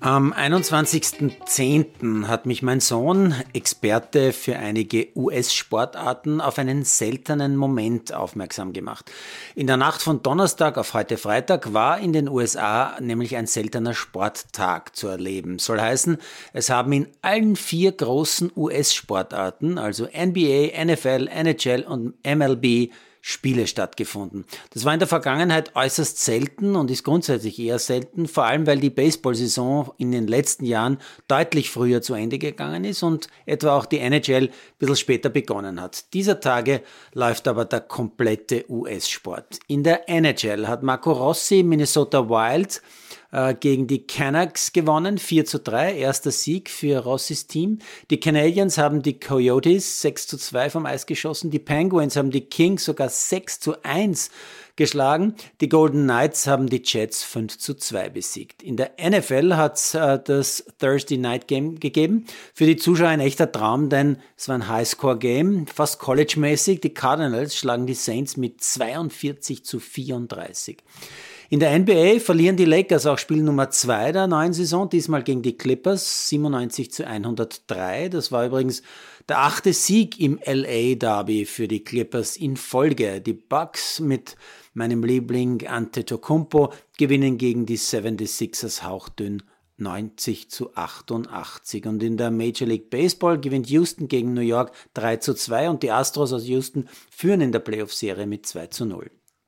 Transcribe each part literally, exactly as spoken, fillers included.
Am einundzwanzigsten zehnten hat mich mein Sohn, Experte für einige U S-Sportarten, auf einen seltenen Moment aufmerksam gemacht. In der Nacht von Donnerstag auf heute Freitag war in den U S A nämlich ein seltener Sporttag zu erleben. Soll heißen, es haben in allen vier großen U S-Sportarten, also N B A, N F L, N H L und M L B, Spiele stattgefunden. Das war in der Vergangenheit äußerst selten und ist grundsätzlich eher selten, vor allem weil die Baseball-Saison in den letzten Jahren deutlich früher zu Ende gegangen ist und etwa auch die N H L ein bisschen später begonnen hat. Dieser Tage läuft aber der komplette U S-Sport. In der N H L hat Marco Rossi Minnesota Wild äh, gegen die Canucks gewonnen, vier zu drei, erster Sieg für Rossis Team. Die Canadiens haben die Coyotes sechs zu zwei vom Eis geschossen, die Penguins haben die Kings sogar sechs zu eins geschlagen. Die Golden Knights haben die Jets fünf zu zwei besiegt. In der N F L hat es äh, das Thursday Night Game gegeben. Für die Zuschauer ein echter Traum, denn es war ein Highscore-Game, fast college-mäßig. Die Cardinals schlagen die Saints mit zweiundvierzig zu vierunddreißig. In der N B A verlieren die Lakers auch Spiel Nummer zwei der neuen Saison, diesmal gegen die Clippers, siebenundneunzig zu hundertdrei. Das war übrigens der achte Sieg im L A Derby für die Clippers in Folge. Die Bucks mit meinem Liebling Antetokounmpo gewinnen gegen die seventy-sixers hauchdünn neunzig zu achtundachtzig. Und in der Major League Baseball gewinnt Houston gegen New York drei zu zwei und die Astros aus Houston führen in der Playoff-Serie mit zwei zu null.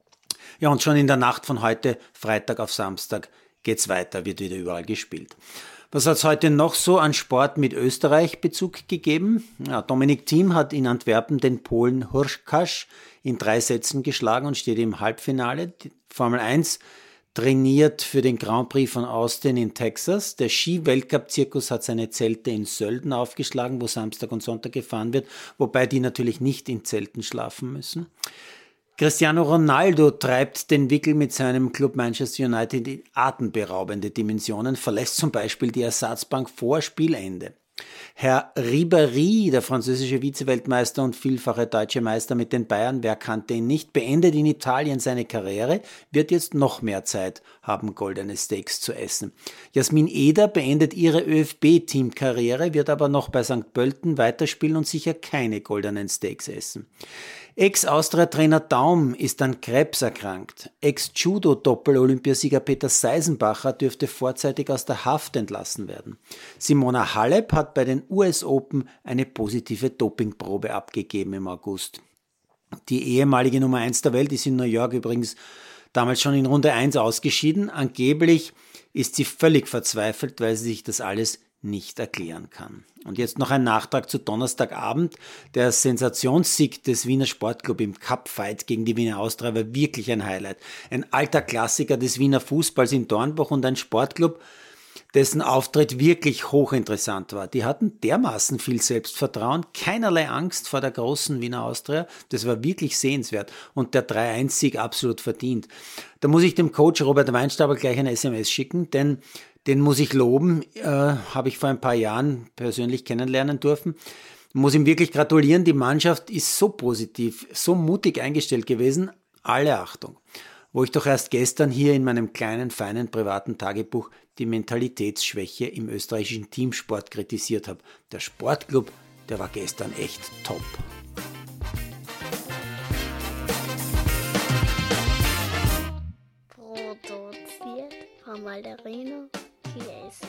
Ja, und schon in der Nacht von heute, Freitag auf Samstag, geht's weiter, wird wieder überall gespielt. Was hat's heute noch so an Sport mit Österreich Bezug gegeben? Ja, Dominik Thiem hat in Antwerpen den Polen Hurkacz in drei Sätzen geschlagen und steht im Halbfinale. Die Formel eins trainiert für den Grand Prix von Austin in Texas. Der Ski-Weltcup-Zirkus hat seine Zelte in Sölden aufgeschlagen, wo Samstag und Sonntag gefahren wird, wobei die natürlich nicht in Zelten schlafen müssen. Cristiano Ronaldo treibt den Wickel mit seinem Club Manchester United in atemberaubende Dimensionen, verlässt zum Beispiel die Ersatzbank vor Spielende. Herr Ribéry, der französische Vize-Weltmeister und vielfache deutsche Meister mit den Bayern, wer kannte ihn nicht, beendet in Italien seine Karriere, wird jetzt noch mehr Zeit haben, goldene Steaks zu essen. Jasmin Eder beendet ihre ÖFB-Teamkarriere, wird aber noch bei Sankt Pölten weiterspielen und sicher keine goldenen Steaks essen. Ex-Austria-Trainer Daum ist an Krebs erkrankt. Ex-Judo-Doppel-Olympiasieger Peter Seisenbacher dürfte vorzeitig aus der Haft entlassen werden. Simona Halep hat bei den U S Open eine positive Dopingprobe abgegeben im August. Die ehemalige Nummer eins der Welt ist in New York übrigens damals schon in Runde eins ausgeschieden. Angeblich ist sie völlig verzweifelt, weil sie sich das alles nicht erklären kann. Und jetzt noch ein Nachtrag zu Donnerstagabend. Der Sensationssieg des Wiener Sportclub im Cup-Fight gegen die Wiener Austria war wirklich ein Highlight. Ein alter Klassiker des Wiener Fußballs in Dornbach und ein Sportclub, dessen Auftritt wirklich hochinteressant war. Die hatten dermaßen viel Selbstvertrauen, keinerlei Angst vor der großen Wiener Austria. Das war wirklich sehenswert und der drei eins Sieg absolut verdient. Da muss ich dem Coach Robert Weinstauber gleich eine S M S schicken, denn den muss ich loben, äh, habe ich vor ein paar Jahren persönlich kennenlernen dürfen. Muss ihm wirklich gratulieren, die Mannschaft ist so positiv, so mutig eingestellt gewesen, alle Achtung. Wo ich doch erst gestern hier in meinem kleinen, feinen, privaten Tagebuch die Mentalitätsschwäche im österreichischen Teamsport kritisiert habe. Der Sportclub, der war gestern echt top. Produziert von Malderino Chiesa.